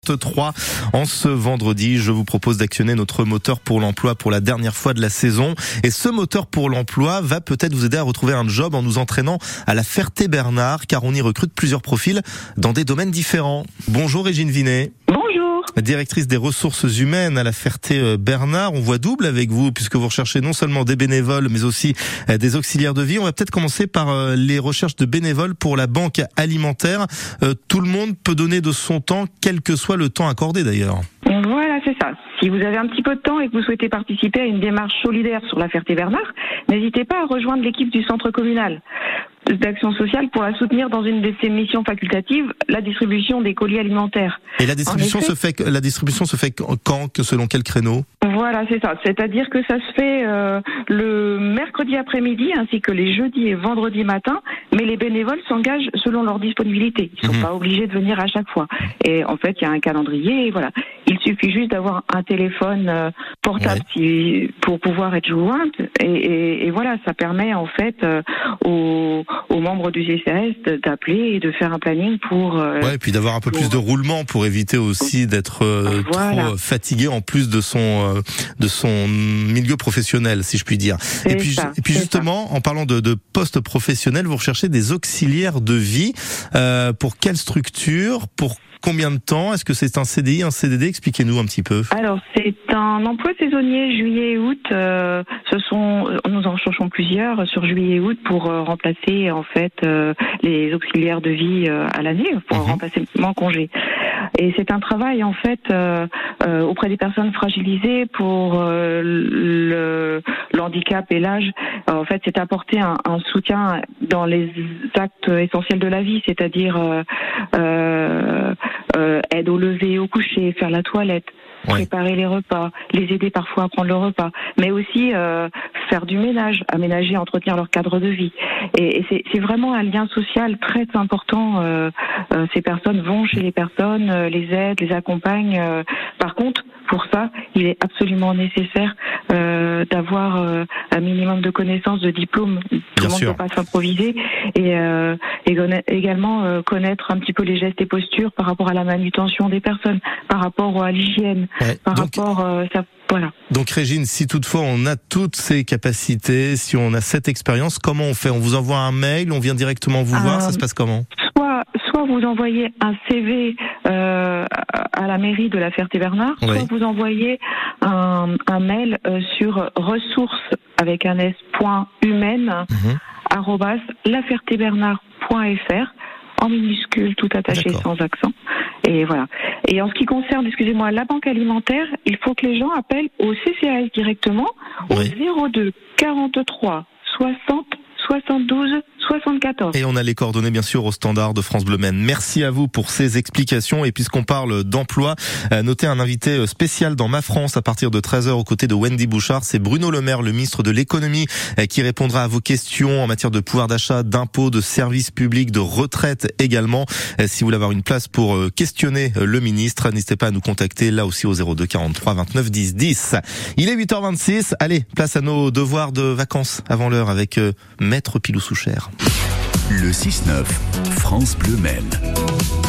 3 en ce vendredi, je vous propose d'actionner notre moteur pour l'emploi pour la dernière fois de la saison. Et ce moteur pour l'emploi va peut-être vous aider à retrouver un job en nous entraînant à la Ferté-Bernard, car on y recrute plusieurs profils dans des domaines différents. Bonjour Régine Vinet. Bonjour. Directrice des ressources humaines à la Ferté-Bernard. On voit double avec vous puisque vous recherchez non seulement des bénévoles mais aussi des auxiliaires de vie. On va peut-être commencer par les recherches de bénévoles pour la banque alimentaire. Tout le monde peut donner de son temps, quel que soit le temps accordé d'ailleurs. Voilà, c'est ça. Si vous avez un petit peu de temps et que vous souhaitez participer à une démarche solidaire sur la Ferté-Bernard, n'hésitez pas à rejoindre l'équipe du centre communal d'action sociale pour la soutenir dans une de ses missions facultatives, la distribution des colis alimentaires. Et la distribution se fait quand, selon quel créneau ? Voilà, c'est ça. C'est-à-dire que ça se fait le mercredi après-midi ainsi que les jeudis et vendredis matin, mais les bénévoles s'engagent selon leur disponibilité. Ils sont pas obligés de venir à chaque fois. Et en fait, il y a un calendrier et voilà. Il suffit juste d'avoir un téléphone portable pour pouvoir être jointe et voilà, ça permet en fait aux membres du CCAS d'appeler et de faire un planning pour... et puis d'avoir un peu plus de roulement pour éviter aussi d'être trop fatigué en plus de son milieu professionnel, si je puis dire. Et puis justement, en parlant de poste professionnel, vous recherchez des auxiliaires de vie. Pour quelle structure ? Pour combien de temps ? Est-ce que c'est un CDI, un CDD ? Expliquez-nous un petit peu. Alors, c'est un emploi saisonnier juillet et août. Nous en cherchons plusieurs sur juillet et août pour remplacer en fait les auxiliaires de vie à l'année, pour remplacer mon congé. Et c'est un travail en fait auprès des personnes fragilisées pour le handicap et l'âge. En fait, c'est apporter un soutien dans les actes essentiels de la vie, c'est-à-dire aide au lever, au coucher, faire la toilette, préparer les repas, les aider parfois à prendre le repas, mais aussi faire du ménage, aménager, entretenir leur cadre de vie. Et c'est vraiment un lien social très important. Ces personnes vont chez les personnes, les aident, les accompagnent. Par contre, pour ça, il est absolument nécessaire d'avoir un minimum de connaissances, de diplômes. Tout le monde ne peut pas s'improviser. Et également connaître un petit peu les gestes et postures par rapport à la manutention des personnes, par rapport à l'hygiène, voilà. Donc Régine, si toutefois on a toutes ces capacités, si on a cette expérience, comment on fait ? On vous envoie un mail, on vient directement vous voir, ça se passe comment ? Soit vous envoyez un CV à la mairie de la Ferté-Bernard, soit vous envoyez un mail sur ressources avec un s.humaine @lafertébernard.fr en minuscule, tout attaché, sans accent. Et voilà. Et en ce qui concerne, la banque alimentaire, il faut que les gens appellent au CCAS directement au 02 43 60 72 74. Et on a les coordonnées bien sûr au standard de France Bleu Maine. Merci à vous pour ces explications. Et puisqu'on parle d'emploi, notez un invité spécial dans Ma France à partir de 13h aux côtés de Wendy Bouchard. C'est Bruno Le Maire, le ministre de l'économie, qui répondra à vos questions en matière de pouvoir d'achat, d'impôts, de services publics, de retraite également. Si vous voulez avoir une place pour questionner le ministre, n'hésitez pas à nous contacter là aussi au 02 43 29 10 10. Il est 8h26. Allez, place à nos devoirs de vacances avant l'heure avec Maître Pilou Souchère. Le 6-9, France Bleu Maine.